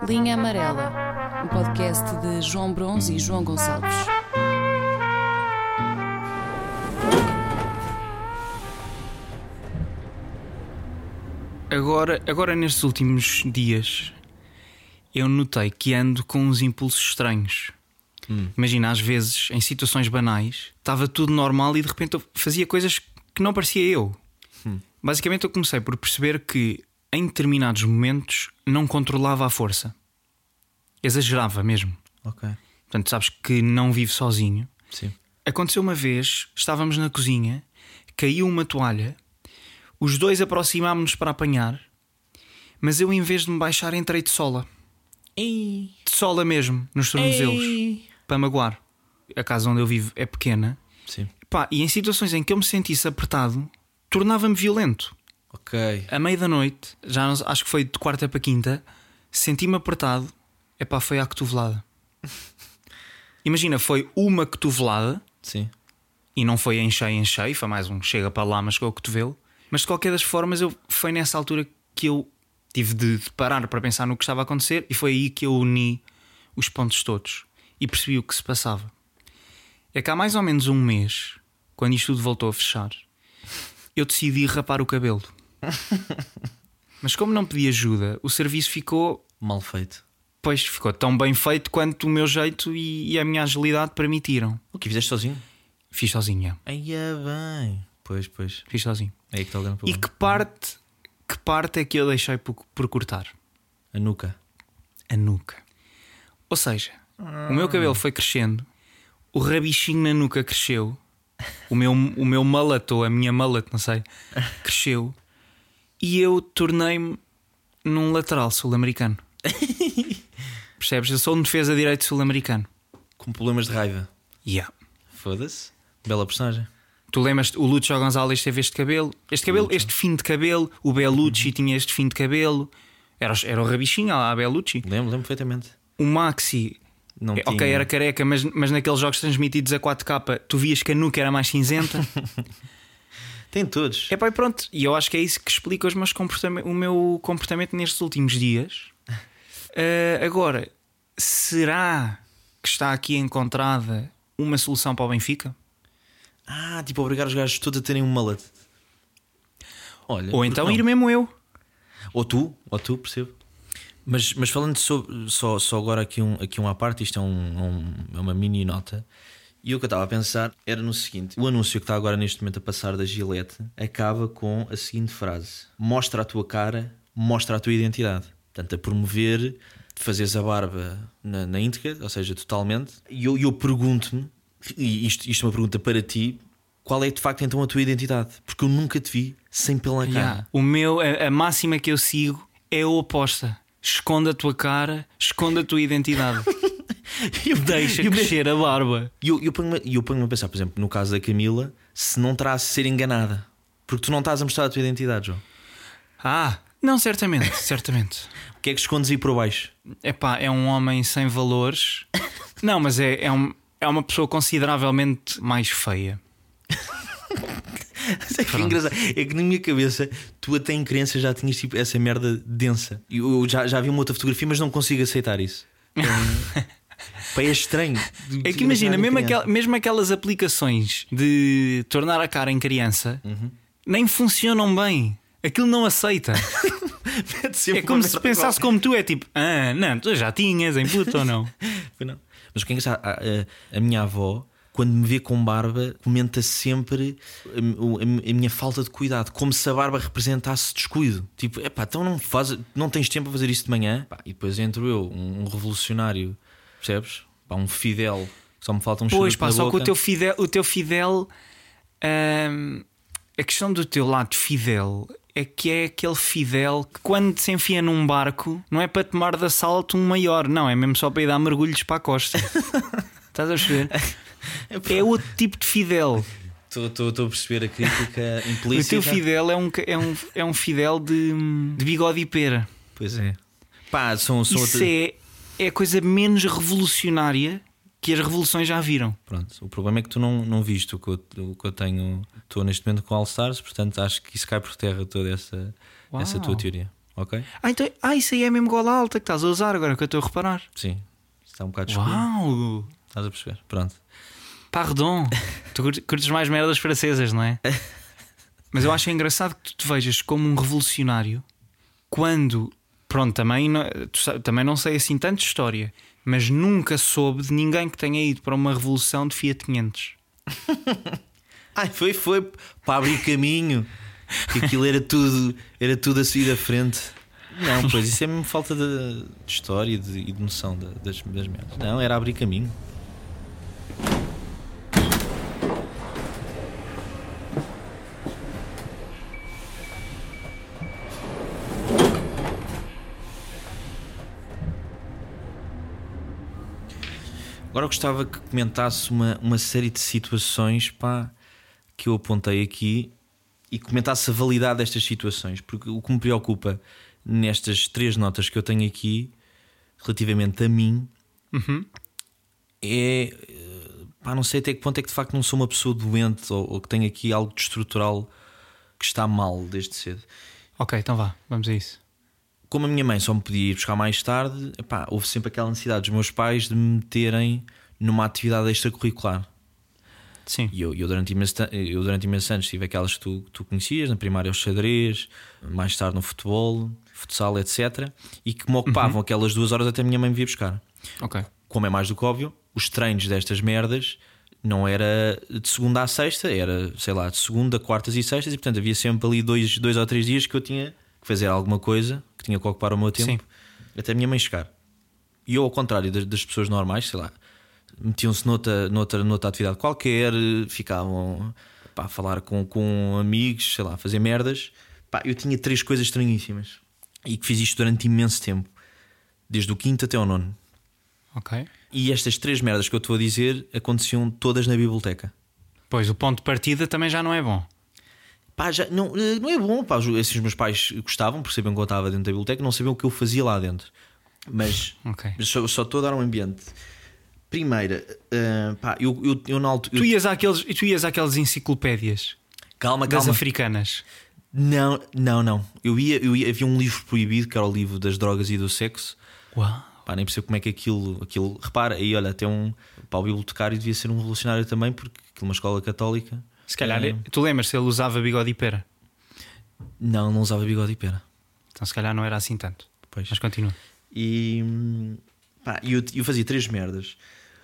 Linha Amarela, um podcast de João Bronze e João Gonçalves. Agora nestes últimos dias eu notei que ando com uns impulsos estranhos. Imagina, às vezes, em situações banais, estava tudo normal e de repente eu fazia coisas que não parecia eu. Basicamente eu comecei por perceber que em determinados momentos não controlava a força. Exagerava mesmo. Ok. Portanto, sabes que não vivo sozinho. Sim. Aconteceu uma vez, estávamos na cozinha, caiu uma toalha, os dois aproximámos-nos para apanhar, mas eu, em vez de me baixar, entrei de sola. Ei. De sola mesmo, nos tornozelos, para magoar. A casa onde eu vivo é pequena. Sim. Pá, e em situações em que eu me sentisse apertado, tornava-me violento. Ok. À meia da noite, já não, acho que foi de quarta para quinta, senti-me apertado. Epá, foi à cotovelada. Imagina, foi uma cotovelada. Sim. E não foi em cheio, foi mais um chega para lá, mas com o cotovelo. Mas de qualquer das formas, foi nessa altura que eu tive de parar para pensar no que estava a acontecer. E foi aí que eu uni os pontos todos e percebi o que se passava. É que há mais ou menos um mês, quando isto tudo voltou a fechar, eu decidi rapar o cabelo. Mas como não pedi ajuda, o serviço ficou Mal feito. Pois, ficou tão bem feito quanto o meu jeito e a minha agilidade permitiram. O que fizeste sozinho? Fiz sozinho, é. Aí é bem. Pois. Fiz sozinho. É aí que está o grande E problema. que parte é que eu deixei por cortar? A nuca. A nuca. Ou seja, o meu cabelo foi crescendo, o rabichinho na nuca cresceu, o meu mullet, ou a minha mullet, não sei, cresceu, e eu tornei-me num lateral sul-americano. Percebes? Eu sou um defesa direito sul-americano. Com problemas de raiva. Yeah. Foda-se. Bela personagem. Tu lembras, o Lúcio Gonzalez teve este cabelo, este fim de cabelo. O Bellucci tinha este fim de cabelo. Era o rabichinho a Bellucci. Lembro perfeitamente. O Maxi, Não ok, tinha. era careca, mas naqueles jogos transmitidos a 4K, tu vias que a nuca era mais cinzenta. Tem todos. E pronto, e eu acho que é isso que explica o meu comportamento nestes últimos dias. Agora, será que está aqui encontrada uma solução para o Benfica? Tipo obrigar os gajos todos a terem um mullet. Olha, Ou então não? ir mesmo eu? Ou tu, percebo. Mas falando sobre, só agora aqui um à parte, isto é uma mini nota. E o que eu estava a pensar era no seguinte: o anúncio que está agora neste momento a passar da Gillette acaba com a seguinte frase: mostra a tua cara, mostra a tua identidade. Portanto, a promover fazeres a barba na íntegra, ou seja, totalmente. E eu pergunto-me, e isto é uma pergunta para ti, qual é de facto então a tua identidade? Porque eu nunca te vi sem pelo na cara. A máxima que eu sigo é a oposta: esconda a tua cara, esconda a tua identidade. Deixa crescer a barba. E eu ponho-me a pensar, por exemplo, no caso da Camila, se não terá a ser enganada, porque tu não estás a mostrar a tua identidade, João. Não, certamente. O que é que escondes aí por baixo? É um homem sem valores. Não, mas é uma pessoa consideravelmente mais feia. É que engraçado. É que na minha cabeça tu até em criança já tinhas tipo essa merda densa. Eu já vi uma outra fotografia, mas não consigo aceitar isso. É estranho. É que imagina, mesmo aquelas aplicações de tornar a cara em criança nem funcionam bem. Aquilo não aceita. É como se pensasse como tu. É tipo, não, tu já tinhas em puto ou não? Não. Mas o que é engraçado, a minha avó, quando me vê com barba, comenta sempre a minha falta de cuidado, como se a barba representasse descuido. Tipo, então não tens tempo a fazer isso de manhã. E depois entro eu, um revolucionário, percebes? Um Fidel, só me falta um charuto na só boca. que o teu Fidel, a questão do teu lado Fidel é que é aquele Fidel que quando se enfia num barco não é para tomar de assalto um maior, não, é mesmo só para ir dar mergulhos para a costa. Estás a perceber? É outro tipo de Fidel. Estou a perceber a crítica implícita. O teu Fidel é um Fidel de bigode e pera. Pois é. Isso é a coisa menos revolucionária que as revoluções já viram. Pronto, o problema é que tu não viste o que eu tenho. Estou neste momento com All Stars, portanto acho que isso cai por terra toda essa tua teoria. ok? Então, isso aí é mesmo gola alta que estás a usar agora que eu estou a reparar. Sim, está um bocado escuro. Uau! Estás a perceber? Pronto. Pardon. Tu curtes mais merdas francesas, não é? Mas eu acho engraçado que tu te vejas como um revolucionário quando, pronto, também não sei assim tanta história, mas nunca soube de ninguém que tenha ido para uma revolução de Fiat 500. Foi para abrir caminho, que aquilo era tudo a sair da frente. Não, pois isso é mesmo falta de história e de noção das merdas. Não, era abrir caminho. Agora eu gostava que comentasse uma série de situações, pá, que eu apontei aqui e comentasse a validade destas situações, porque o que me preocupa nestas 3 notas que eu tenho aqui relativamente a mim é, pá, não sei até que ponto é que de facto não sou uma pessoa doente ou que tenho aqui algo de estrutural que está mal desde cedo. Ok, então vá, vamos a isso. Como a minha mãe só me podia ir buscar mais tarde, epá, houve sempre aquela necessidade dos meus pais de me meterem numa atividade extracurricular. Sim. E eu durante imensos anos tive aquelas que tu conhecias, na primária o xadrez, mais tarde no futebol, futsal, etc. E que me ocupavam aquelas 2 horas até a minha mãe me vir buscar. Ok. Como é mais do que óbvio, os treinos destas merdas não era de segunda à sexta, era, sei lá, de segunda, quartas e sextas, e portanto havia sempre ali 2 ou 3 dias que eu tinha que fazer alguma coisa, que tinha que ocupar o meu tempo. Sim. Até a minha mãe chegar. E eu, ao contrário das pessoas normais, sei lá, metiam-se noutra atividade qualquer, ficavam, pá, a falar com amigos, sei lá, a fazer merdas. Pá, eu tinha 3 coisas estranhíssimas e que fiz isto durante imenso tempo, desde o 5º até ao 9º. Ok. E estas 3 merdas que eu estou a dizer aconteciam todas na biblioteca. Pois, o ponto de partida também já não é bom. Pá, já, não é bom, pá, esses meus pais gostavam, porque sabiam que eu estava dentro da biblioteca, não sabiam o que eu fazia lá dentro. Mas, mas só estou a dar um ambiente. Primeira, pá, eu na altura. Tu ias àquelas enciclopédias. Calma. Das africanas. Não. Eu ia, havia um livro proibido, que era o livro das drogas e do sexo. Uau. Pá, nem percebo como é que aquilo. Repara, aí olha, até pá, o bibliotecário devia ser um revolucionário também, porque aquilo é uma escola católica. Se calhar, tu lembras se ele usava bigode e pera? Não usava bigode e pera. Então se calhar não era assim tanto. Pois. Mas continua. E pá, eu fazia 3 merdas.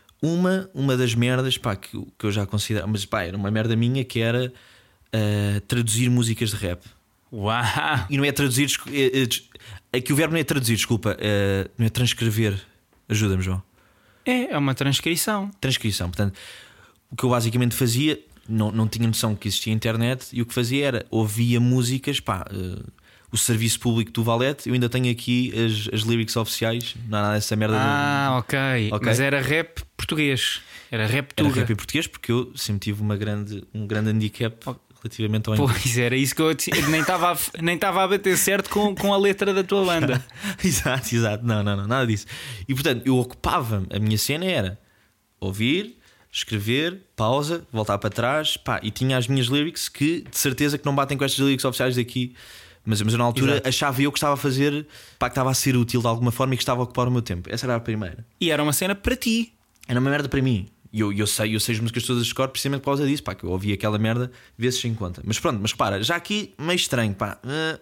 Uma das merdas, pá, que eu já considero, mas pá, era uma merda minha, que era traduzir músicas de rap. Uau! E não é traduzir, aqui o verbo não é traduzir, desculpa, não é transcrever. Ajuda-me, João. É uma transcrição. Transcrição, portanto, o que eu basicamente fazia, não tinha noção que existia internet, e o que fazia era ouvia músicas, pá, o serviço público do Valete. Eu ainda tenho aqui as lyrics oficiais, não há nada dessa merda. Ok. Mas era rap português. Era rap tuga. Era rap em português, porque eu sempre tive um grande handicap relativamente ao inglês. Pois era isso que eu nem estava a bater certo com a letra da tua banda. Exato. Não, nada disso. E portanto, eu ocupava, a minha cena era ouvir, escrever, pausa, voltar para trás, pá, e tinha as minhas lyrics que de certeza que não batem com estas lyrics oficiais daqui. Mas eu na altura achava eu que estava a fazer, pá, que estava a ser útil de alguma forma e que estava a ocupar o meu tempo. Essa era a primeira. E era uma cena para ti. Era uma merda para mim. E eu sei as músicas todas de cor precisamente por causa disso, pá, que eu ouvia aquela merda vezes sem conta. Mas pronto, mas repara, já aqui meio estranho, pá.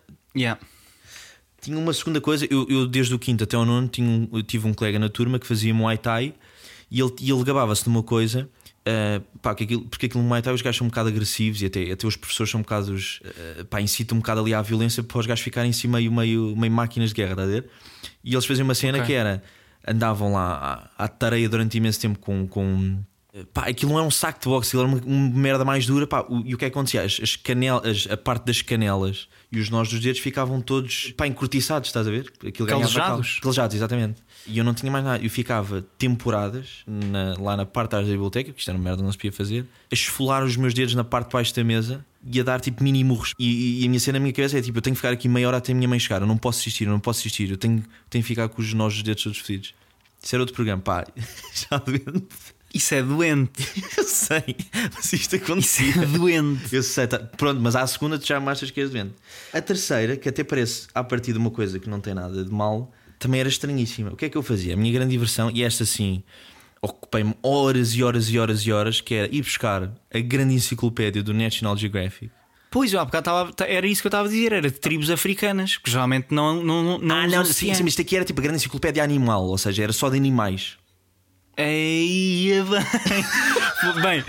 Tinha uma segunda coisa, eu desde o 5º até ao 9º eu tive um colega na turma que fazia Muay Thai e ele gabava-se de uma coisa. Pá, porque aquilo no Muay Thai os gajos são um bocado agressivos e até os professores são um bocado pá, incitam um bocado ali à violência para os gajos ficarem assim meio máquinas de guerra, tá a ver? E eles faziam uma cena que era, andavam lá à tareia durante imenso tempo com pá, aquilo não é um saco de boxe, aquilo era uma merda mais dura, pá, e o que é que acontecia? As canelas, a parte das canelas e os nós dos dedos ficavam todos, pá, encurtiçados, estás a ver? Calejados, exatamente. E eu não tinha mais nada, eu ficava temporadas lá na parte da biblioteca, porque isto era uma merda, não se podia fazer, a esfolar os meus dedos na parte de baixo da mesa e a dar tipo mini murros. E a minha cena na minha cabeça é tipo, eu tenho que ficar aqui meia hora até a minha mãe chegar, eu não posso desistir, eu tenho que ficar com os nós dos dedos todos fedidos. Isso era outro programa, pá. Já vendo. Isso é doente. Eu sei, mas isto acontecia. Isso é doente. Eu sei, pronto, mas à segunda tu já me achas que és doente. A terceira, que até parece a partir de uma coisa que não tem nada de mal, também era estranhíssima. O que é que eu fazia? A minha grande diversão, e esta sim, ocupei-me horas e horas e horas e horas, que era ir buscar a grande enciclopédia do National Geographic. Pois, há bocado era isso que eu estava a dizer, era de tribos africanas, que geralmente não Sim, mas isto aqui era tipo a grande enciclopédia animal, ou seja, era só de animais. Eia, bem.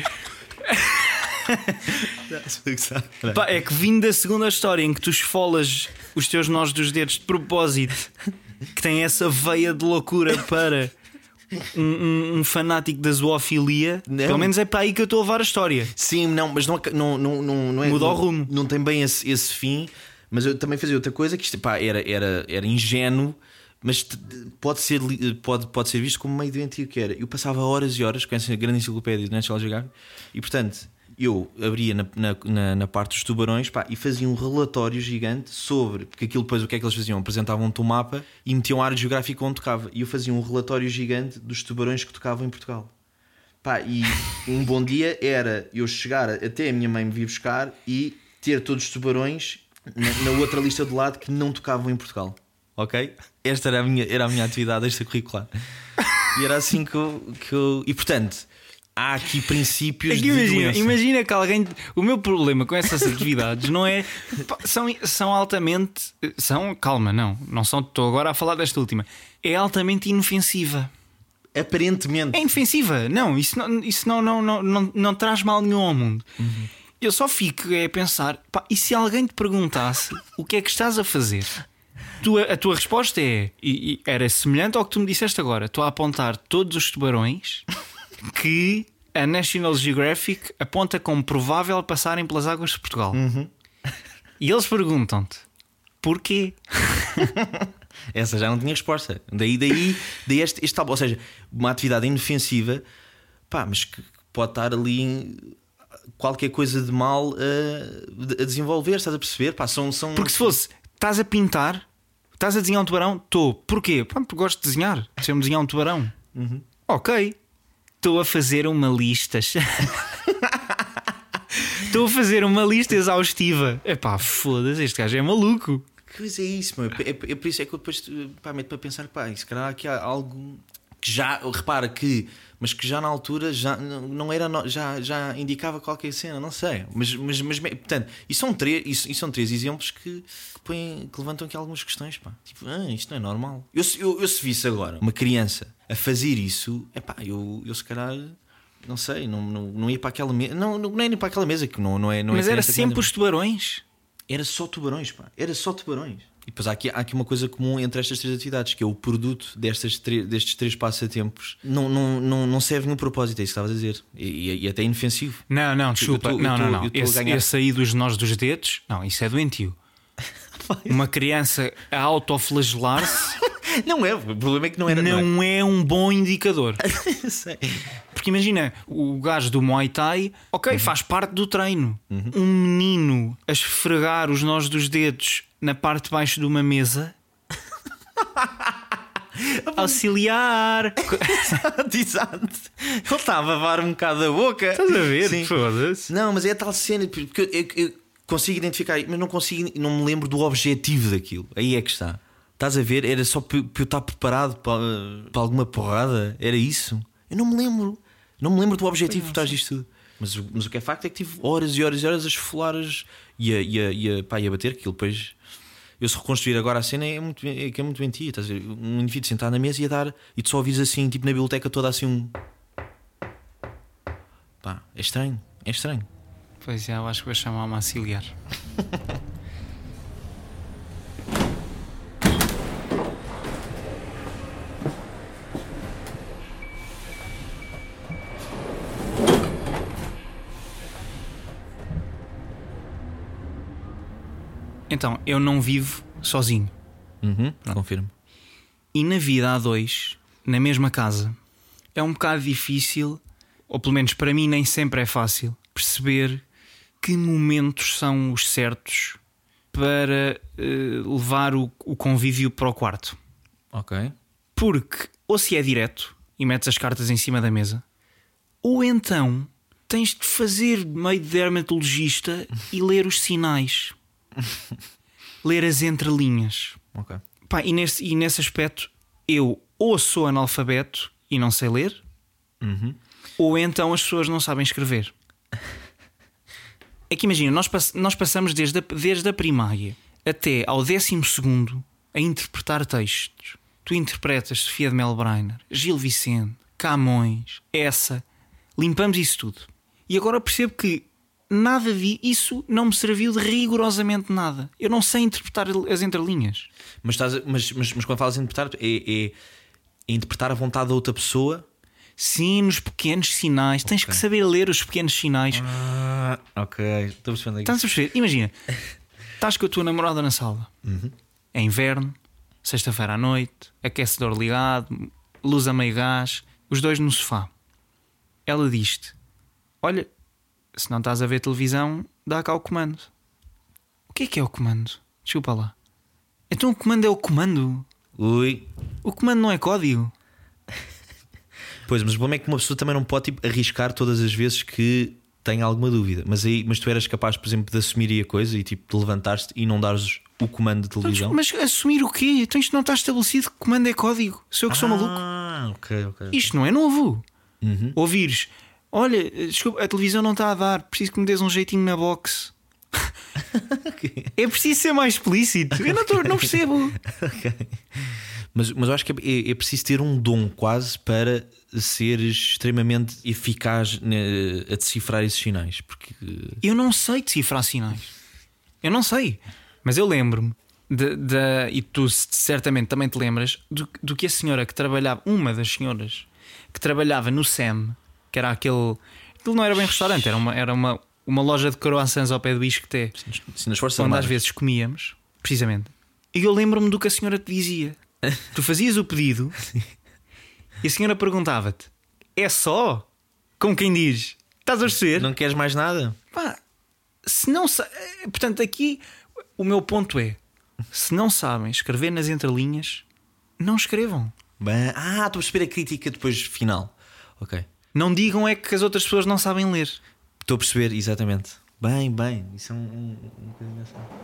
Pá, é que vindo da segunda história em que tu esfolas os teus nós dos dedos de propósito, que tem essa veia de loucura para um fanático da zoofilia, pelo menos é para aí que eu estou a levar a história. Sim, não, mas não é. Muda o rumo. Não tem bem esse fim. Mas eu também fazia outra coisa que isto, pá, era ingênuo, mas pode ser visto como meio doentio que era. Eu passava horas e horas com essa grande enciclopédia do National Geographic e, portanto, eu abria na parte dos tubarões, pá, e fazia um relatório gigante sobre, porque aquilo depois o que é que eles faziam? Apresentavam-te um mapa e metiam a área geográfica onde tocava, e eu fazia um relatório gigante dos tubarões que tocavam em Portugal. Pá, e um bom dia era eu chegar até a minha mãe me vir buscar e ter todos os tubarões na outra lista do lado que não tocavam em Portugal. Ok? Esta era a minha atividade extracurricular. E era assim que eu... E portanto, há aqui princípios de doença. Imagina que alguém... O meu problema com essas atividades não é... São altamente... Calma, não são... Estou agora a falar desta última. É altamente inofensiva. Aparentemente. É inofensiva. Não, isso não traz mal nenhum ao mundo. Uhum. Eu só fico a pensar... Pá, e se alguém te perguntasse o que é que estás a fazer? A tua resposta era semelhante ao que tu me disseste agora. Estou a apontar todos os tubarões que a National Geographic aponta como provável passarem pelas águas de Portugal. Uhum. E eles perguntam-te porquê? Essa já não tinha resposta. Daí este tal, ou seja, uma atividade inofensiva, pá, mas que pode estar ali qualquer coisa de mal a desenvolver, estás a perceber? Pá, são... Porque se fosse, estás a pintar, estás a desenhar um tubarão, estou. Porquê? Pá, porque gosto de desenhar. Sei-me desenhar um tubarão. Uhum. Ok. Estou a fazer uma lista. Estou a fazer uma lista exaustiva. Epá, foda-se, este gajo é maluco. Que coisa é isso, meu? É por isso é que eu depois meto para pensar, pá, se calhar aqui há algo que já, repara que, mas que já na altura já não era, já indicava qualquer cena, não sei. Mas portanto, e são três exemplos que levantam aqui algumas questões, pá. Tipo, isto não é normal. Eu se visse agora uma criança a fazer isso, epá, eu se calhar, não sei, não ia para aquela mesa. Não é nem para aquela mesa que não é. Mas era sempre os tubarões. Era só tubarões, pá. Era só tubarões. E depois há aqui uma coisa comum entre estas três atividades, que é o produto destes três passatempos. Não serve nenhum propósito, é isso que estavas a dizer. E até inofensivo. Não, desculpa. Não. Esse aí dos nós dos dedos, não, isso é doentio. Uma criança a autoflagelar-se. Não é, o problema é que não era. Não é um bom indicador. Sei. Porque imagina, o gajo do Muay Thai, ok, faz parte do treino. Um menino a esfregar os nós dos dedos na parte de baixo de uma mesa. Auxiliar. Exato. Ele estava a varar um bocado a boca. Estás a ver? Foda-se. Não, mas é a tal cena, porque eu consigo identificar, mas não me lembro do objetivo daquilo. Aí é que está. Estás a ver? Era só para eu estar preparado para alguma porrada? Era isso? Eu não me lembro. Não me lembro do objetivo por trás disto tudo. Mas o que é facto é que tive horas e horas e horas a esfolar e a bater aquilo. Depois, eu se reconstruir agora a cena é muito doentio. Estás a ver? Um indivíduo sentado na mesa e a dar, e tu só ouvis assim, tipo na biblioteca toda assim um. Pá, é estranho. É estranho. Pois é, eu acho que vou chamar-me auxiliar. Então, eu não vivo sozinho. Confirmo. E na vida há dois, na mesma casa, é um bocado difícil, ou pelo menos para mim nem sempre é fácil, perceber que momentos são os certos para levar o convívio para o quarto. Ok. Porque ou se é direto e metes as cartas em cima da mesa, Ou então tens de fazer meio de dermatologista e ler os sinais, ler as entrelinhas. Ok. Pá, e nesse aspecto eu ou sou analfabeto e não sei ler, ou então as pessoas não sabem escrever. É que imagina, nós passamos desde a primária até ao 12º a interpretar textos. Tu interpretas Sofia de Melbrenner, Gil Vicente, Camões, limpamos isso tudo. E agora percebo que nada isso não me serviu de rigorosamente nada. Eu não sei interpretar as entrelinhas. Mas quando falas em interpretar, é interpretar a vontade da outra pessoa? Sim, nos pequenos sinais. Tens que saber ler os pequenos sinais. Ok, estou percebendo aqui. Estás a perceber? Imagina, estás com a tua namorada na sala. É inverno, sexta-feira à noite, aquecedor ligado, luz a meio gás, os dois no sofá. Ela diz-te: olha, se não estás a ver televisão, dá cá o comando. O que é o comando? Desculpa lá. Então o comando é o comando? Ui. O comando não é código? Pois, mas o problema é que uma pessoa também não pode tipo, arriscar todas as vezes que tem alguma dúvida. Mas tu eras capaz, por exemplo, de assumir aí a coisa e tipo de levantar-te e não dares o comando de televisão? Mas assumir o quê? Então isto não está estabelecido que o comando é código. Sou eu que sou maluco. Ok. Isto não é novo. Ouvires: olha, desculpa, a televisão não está a dar, preciso que me des um jeitinho na box. É preciso ser mais explícito. Eu não percebo. Ok. Mas eu acho que é preciso ter um dom quase para ser extremamente eficaz a decifrar esses sinais. Porque eu não sei decifrar sinais. Eu não sei. Mas eu lembro-me e tu certamente também te lembras do que a senhora que trabalhava, uma das senhoras que trabalhava no SEM, que era aquilo não era bem restaurante, era uma loja de croissants ao pé do Isqueté, onde às vezes comíamos, precisamente. E eu lembro-me do que a senhora te dizia. Tu fazias o pedido e a senhora perguntava-te: é só? Como quem diz, estás a perceber? Não queres mais nada? Pá, se não portanto, aqui o meu ponto é: se não sabem escrever nas entrelinhas, não escrevam. Bem, estou a perceber a crítica depois final. Ok. Não digam é que as outras pessoas não sabem ler. Estou a perceber, exatamente. Bem, isso é uma coisa engraçada.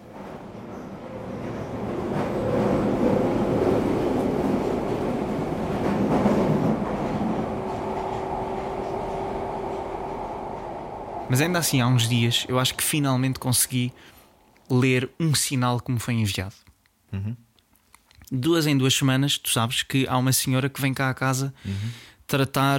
Mas ainda assim, há uns dias eu acho que finalmente consegui ler um sinal que me foi enviado. 2 em 2 semanas, tu sabes que há uma senhora que vem cá à casa tratar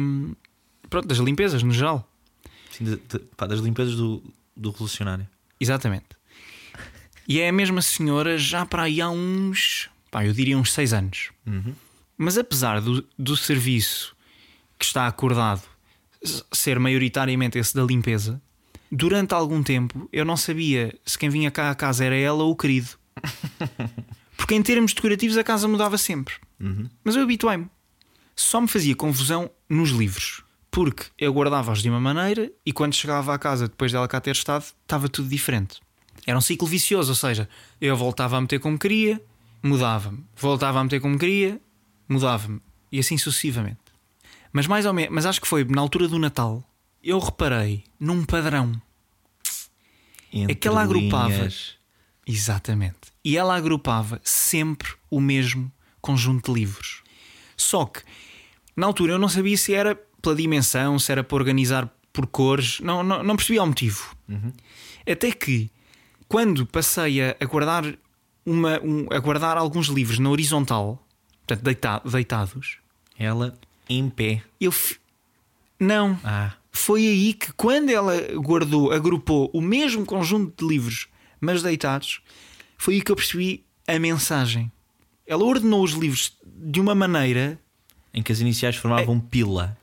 das limpezas no geral. Sim, das limpezas do revolucionário. Exatamente. E é a mesma senhora já para aí há uns, eu diria uns 6 anos. Mas apesar do serviço que está acordado ser maioritariamente esse da limpeza, durante algum tempo eu não sabia se quem vinha cá à casa era ela ou o querido. Porque em termos decorativos a casa mudava sempre. Mas eu habituei-me. Só me fazia confusão nos livros, porque eu guardava-os de uma maneira e quando chegava à casa depois dela cá ter estado, estava tudo diferente. Era um ciclo vicioso, ou seja, eu voltava a meter como queria, mudava-me, voltava a meter como queria, mudava-me, e assim sucessivamente. Mas mais ou menos, mas acho que foi na altura do Natal, eu reparei num padrão. É que ela agrupava. Exatamente. E ela agrupava sempre o mesmo conjunto de livros. Só que na altura eu não sabia se era pela dimensão, se era para organizar por cores, não percebia o motivo. Até que quando passei a guardar a guardar alguns livros na horizontal, portanto deitados, ela em pé. Não. Foi aí que quando ela agrupou o mesmo conjunto de livros, mas deitados, foi aí que eu percebi a mensagem. Ela ordenou os livros de uma maneira em que as iniciais formavam pila.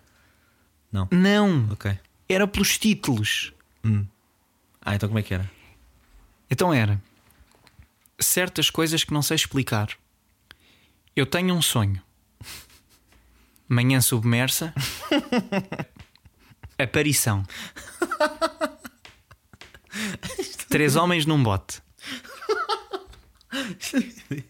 Não. Ok. Era pelos títulos. Então como é que era? Então era: certas coisas que não sei explicar. Eu tenho um sonho. Manhã submersa. Aparição. 3 homens num bote.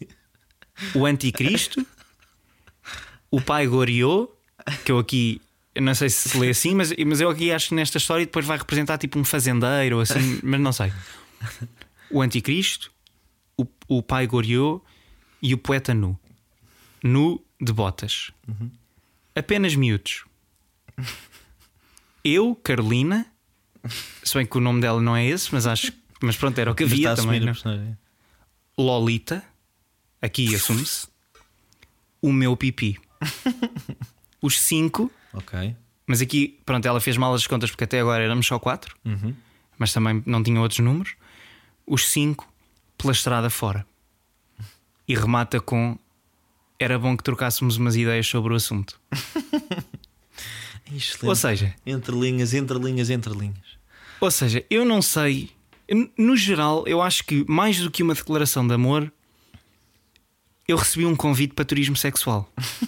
O anticristo. O pai Goriot, que eu aqui Eu não sei se lê assim, mas eu aqui acho que nesta história depois vai representar tipo um fazendeiro ou assim, mas não sei. O anticristo, o pai Goriot e o poeta nu. Nu de botas. Apenas miúdos. Eu, Carolina, se bem que o nome dela não é esse, mas pronto, era o que havia também. Não? Lolita, aqui assume-se. O meu pipi. Os 5. Ok. Mas aqui, pronto, ela fez mal as contas porque até agora éramos só 4. Mas também não tinha outros números. Os 5 pela estrada fora. E remata com: era bom que trocássemos umas ideias sobre o assunto. Excelente. Ou seja, entre linhas. Ou seja, eu não sei. No geral, eu acho que mais do que uma declaração de amor, eu recebi um convite para turismo sexual.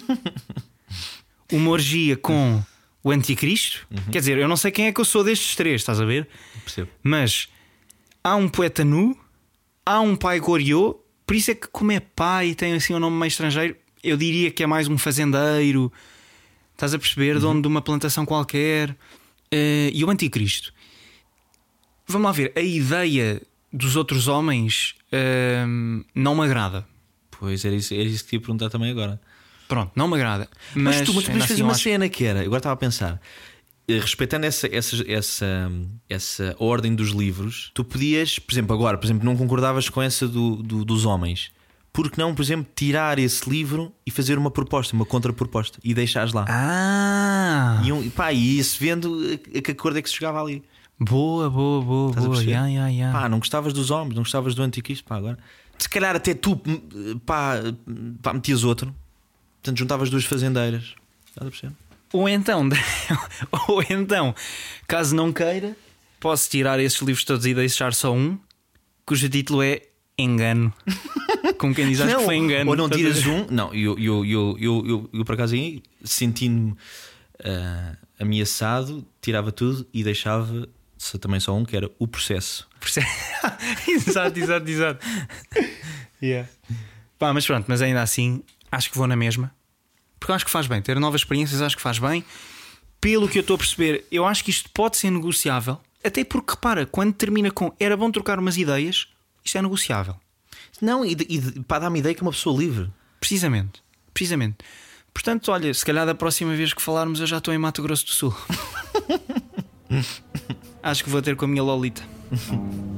Uma orgia com o anticristo. Quer dizer, eu não sei quem é que eu sou destes 3, estás a ver? Percebo. Mas há um poeta nu, há um pai Goriot. Por isso é que, como é pai e tem assim um nome meio estrangeiro, eu diria que é mais um fazendeiro. Estás a perceber? Dono de uma plantação qualquer. E o anticristo. Vamos lá ver. A ideia dos outros homens não me agrada. Pois era isso que te ia perguntar também agora. Pronto, não me agrada. Mas tu podias fazer uma cena que era. Agora estava a pensar. Respeitando essa ordem dos livros, tu podias, por exemplo, não concordavas com essa dos homens. Por que não, por exemplo, tirar esse livro e fazer uma proposta, uma contraproposta e deixares lá? E ia-se vendo a que acordo é que se chegava ali. Boa. Pá, não gostavas dos homens, não gostavas do anticristo, pá, agora. Se calhar até tu, metias outro. Portanto, juntavas 2 fazendeiras. Estás a perceber? Ou então, caso não queira, posso tirar esses livros todos e deixar só um, cujo título é Engano. Como quem diz, acho que foi engano. Ou não tiras um. Não, eu por acaso aí, sentindo-me ameaçado, tirava tudo e deixava também só um, que era o processo. Exato. Yeah. Pá, mas pronto, mas ainda assim acho que vou na mesma. Porque eu acho que faz bem, ter novas experiências acho que faz bem. Pelo que eu estou a perceber, eu acho que isto pode ser negociável. Até porque, repara, quando termina com era bom trocar umas ideias, isto é negociável. Não, para dar-me ideia que é uma pessoa livre. Precisamente. Portanto, olha, se calhar da próxima vez que falarmos eu já estou em Mato Grosso do Sul. Acho que vou ter com a minha Lolita.